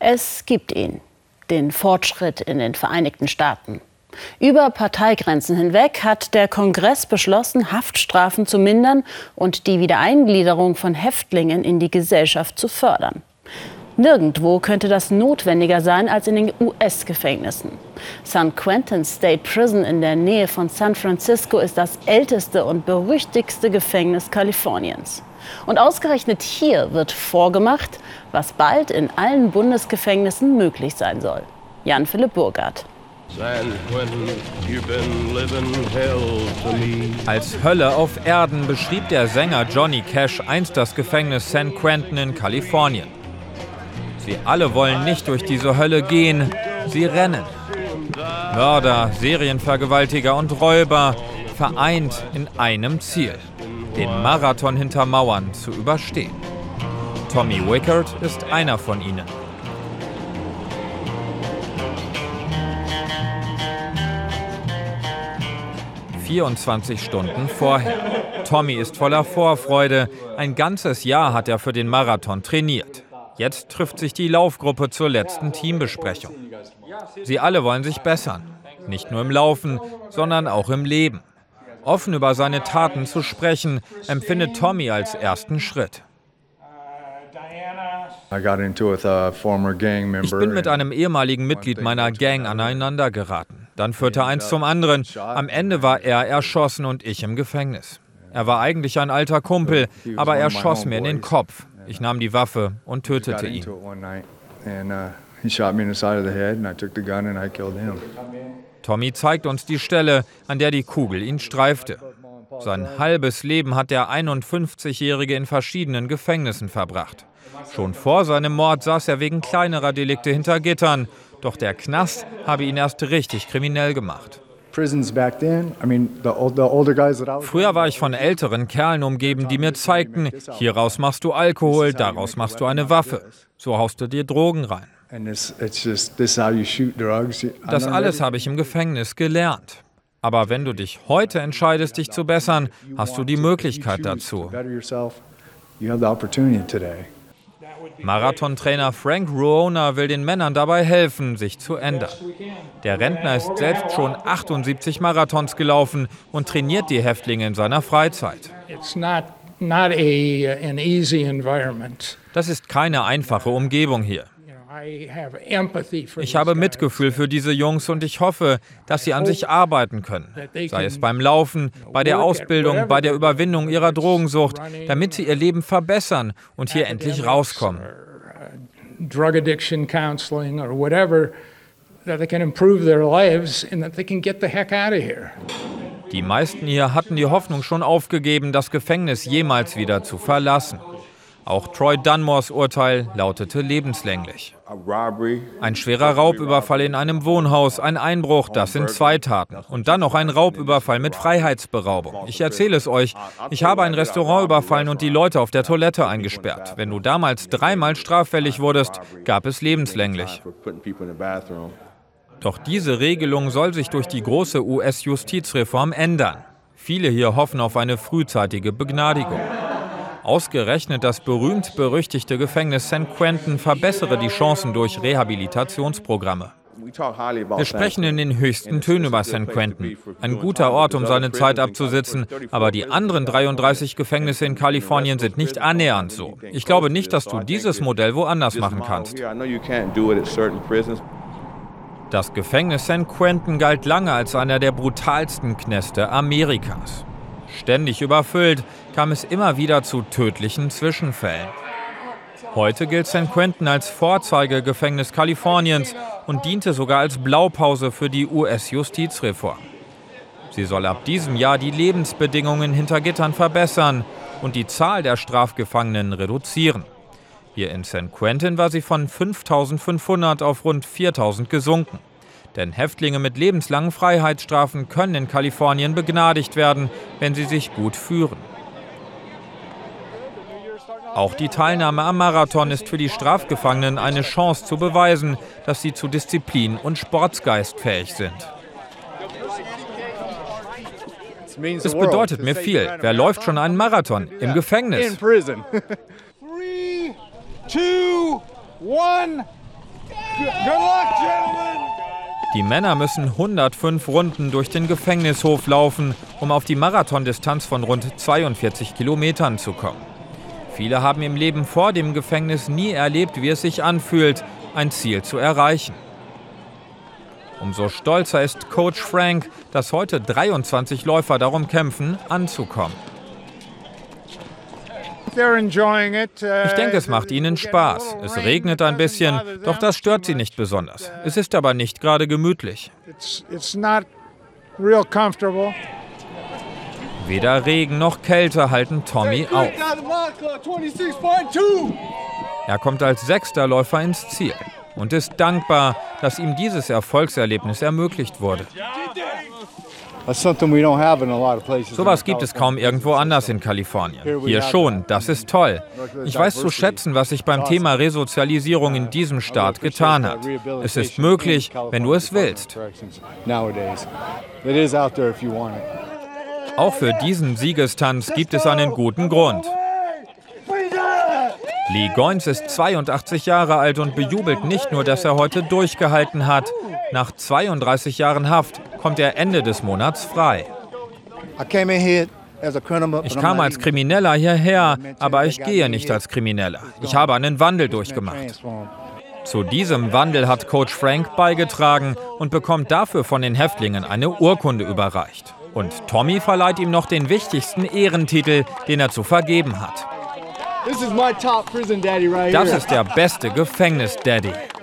Es gibt ihn, den Fortschritt in den Vereinigten Staaten. Über Parteigrenzen hinweg hat der Kongress beschlossen, Haftstrafen zu mindern und die Wiedereingliederung von Häftlingen in die Gesellschaft zu fördern. Nirgendwo könnte das notwendiger sein als in den US-Gefängnissen. San Quentin State Prison in der Nähe von San Francisco ist das älteste und berüchtigste Gefängnis Kaliforniens. Und ausgerechnet hier wird vorgemacht, was bald in allen Bundesgefängnissen möglich sein soll. Jan-Philipp Burgert. Als Hölle auf Erden beschrieb der Sänger Johnny Cash einst das Gefängnis San Quentin in Kalifornien. Sie alle wollen nicht durch diese Hölle gehen, sie rennen. Mörder, Serienvergewaltiger und Räuber, vereint in einem Ziel: den Marathon hinter Mauern zu überstehen. Tommy Wickert ist einer von ihnen. ...24 Stunden vorher. Tommy ist voller Vorfreude. Ein ganzes Jahr hat er für den Marathon trainiert. Jetzt trifft sich die Laufgruppe zur letzten Teambesprechung. Sie alle wollen sich bessern. Nicht nur im Laufen, sondern auch im Leben. Offen über seine Taten zu sprechen, empfindet Tommy als ersten Schritt. Ich bin mit einem ehemaligen Mitglied meiner Gang aneinander geraten. Dann führte eins zum anderen. Am Ende war er erschossen und ich im Gefängnis. Er war eigentlich ein alter Kumpel, aber er schoss mir in den Kopf. Ich nahm die Waffe und tötete ihn. Tommy zeigt uns die Stelle, an der die Kugel ihn streifte. Sein halbes Leben hat der 51-Jährige in verschiedenen Gefängnissen verbracht. Schon vor seinem Mord saß er wegen kleinerer Delikte hinter Gittern. Doch der Knast habe ihn erst richtig kriminell gemacht. Früher war ich von älteren Kerlen umgeben, die mir zeigten, hieraus machst du Alkohol, daraus machst du eine Waffe. So haust du dir Drogen rein. Das alles habe ich im Gefängnis gelernt. Aber wenn du dich heute entscheidest, dich zu bessern, hast du die Möglichkeit dazu. Marathontrainer Frank Ruona will den Männern dabei helfen, sich zu ändern. Der Rentner ist selbst schon 78 Marathons gelaufen und trainiert die Häftlinge in seiner Freizeit. Das ist keine einfache Umgebung hier. Ich habe Mitgefühl für diese Jungs und ich hoffe, dass sie an sich arbeiten können. Sei es beim Laufen, bei der Ausbildung, bei der Überwindung ihrer Drogensucht, damit sie ihr Leben verbessern und hier endlich rauskommen. Die meisten hier hatten die Hoffnung schon aufgegeben, das Gefängnis jemals wieder zu verlassen. Auch Troy Dunmores Urteil lautete lebenslänglich. Ein schwerer Raubüberfall in einem Wohnhaus, ein Einbruch, das sind 2 Taten. Und dann noch ein Raubüberfall mit Freiheitsberaubung. Ich erzähle es euch, ich habe ein Restaurant überfallen und die Leute auf der Toilette eingesperrt. Wenn du damals 3-mal straffällig wurdest, gab es lebenslänglich. Doch diese Regelung soll sich durch die große US-Justizreform ändern. Viele hier hoffen auf eine frühzeitige Begnadigung. Ausgerechnet das berühmt-berüchtigte Gefängnis San Quentin verbessere die Chancen durch Rehabilitationsprogramme. Wir sprechen in den höchsten Tönen über San Quentin. Ein guter Ort, um seine Zeit abzusitzen, aber die anderen 33 Gefängnisse in Kalifornien sind nicht annähernd so. Ich glaube nicht, dass du dieses Modell woanders machen kannst. Das Gefängnis San Quentin galt lange als einer der brutalsten Kneste Amerikas. Ständig überfüllt, kam es immer wieder zu tödlichen Zwischenfällen. Heute gilt San Quentin als Vorzeigegefängnis Kaliforniens und diente sogar als Blaupause für die US-Justizreform. Sie soll ab diesem Jahr die Lebensbedingungen hinter Gittern verbessern und die Zahl der Strafgefangenen reduzieren. Hier in San Quentin war sie von 5.500 auf rund 4.000 gesunken. Denn Häftlinge mit lebenslangen Freiheitsstrafen können in Kalifornien begnadigt werden, wenn sie sich gut führen. Auch die Teilnahme am Marathon ist für die Strafgefangenen eine Chance zu beweisen, dass sie zu Disziplin und Sportsgeist fähig sind. Es bedeutet mir viel. Wer läuft schon einen Marathon im Gefängnis? 3, 2, 1, Die Männer müssen 105 Runden durch den Gefängnishof laufen, um auf die Marathondistanz von rund 42 Kilometern zu kommen. Viele haben im Leben vor dem Gefängnis nie erlebt, wie es sich anfühlt, ein Ziel zu erreichen. Umso stolzer ist Coach Frank, dass heute 23 Läufer darum kämpfen, anzukommen. Ich denke, es macht ihnen Spaß. Es regnet ein bisschen, doch das stört sie nicht besonders. Es ist aber nicht gerade gemütlich. Weder Regen noch Kälte halten Tommy auf. Er kommt als 6. Läufer ins Ziel und ist dankbar, dass ihm dieses Erfolgserlebnis ermöglicht wurde. Sowas gibt es kaum irgendwo anders in Kalifornien. Hier schon, das ist toll. Ich weiß zu schätzen, was sich beim Thema Resozialisierung in diesem Staat getan hat. Es ist möglich, wenn du es willst. Auch für diesen Siegestanz gibt es einen guten Grund. Lee Goins ist 82 Jahre alt und bejubelt nicht nur, dass er heute durchgehalten hat. Nach 32 Jahren Haft kommt er Ende des Monats frei. Ich kam als Krimineller hierher, aber ich gehe nicht als Krimineller. Ich habe einen Wandel durchgemacht. Zu diesem Wandel hat Coach Frank beigetragen und bekommt dafür von den Häftlingen eine Urkunde überreicht. Und Tommy verleiht ihm noch den wichtigsten Ehrentitel, den er zu vergeben hat. Das ist der beste Gefängnis-Daddy.